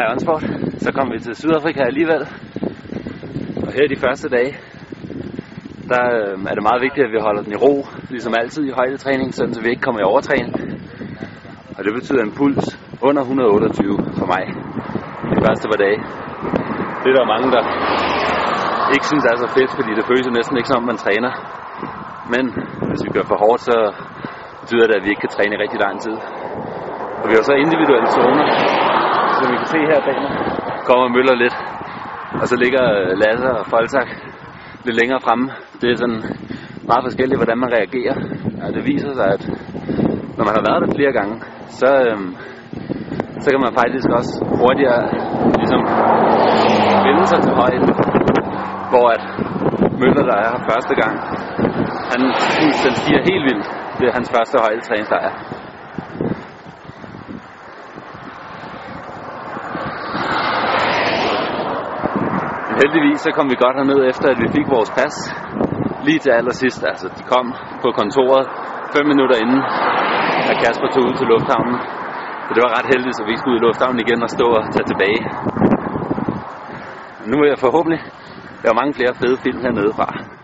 Hej OnSport. Så kom vi til Sydafrika alligevel. Og her de første dage, der er det meget vigtigt, at vi holder den i ro, ligesom altid i højdetræning, så vi ikke kommer i overtræning. Og det betyder en puls under 128 for mig de første par dage. Det er der mange, der ikke synes er så fedt, fordi det føles jo næsten ikke som om man træner. Men hvis vi gør for hårdt, så betyder det, at vi ikke kan træne i rigtig lang tid. Og vi har så individuelle zoner, som vi kan se her bag mig, kommer Møller lidt. Og så ligger Lasse og Foltak lidt længere fremme. Det er sådan meget forskelligt, hvordan man reagerer. Og det viser sig, at når man har været der flere gange, så kan man faktisk også hurtigere ligesom vende sig til højden. Hvor at Møller, der er her første gang, den stiger helt vildt. Det er hans første højdetræningslejr. Heldigvis så kom vi godt herned efter, at vi fik vores pas lige til allersidst. Altså, de kom på kontoret 5 minutter inden, at Kasper tog ud til lufthavnen. Så det var ret heldigt, så vi skulle ud i lufthavnen igen og stå og tage tilbage. Nu er jeg forhåbentlig lave mange flere fede film hernede fra.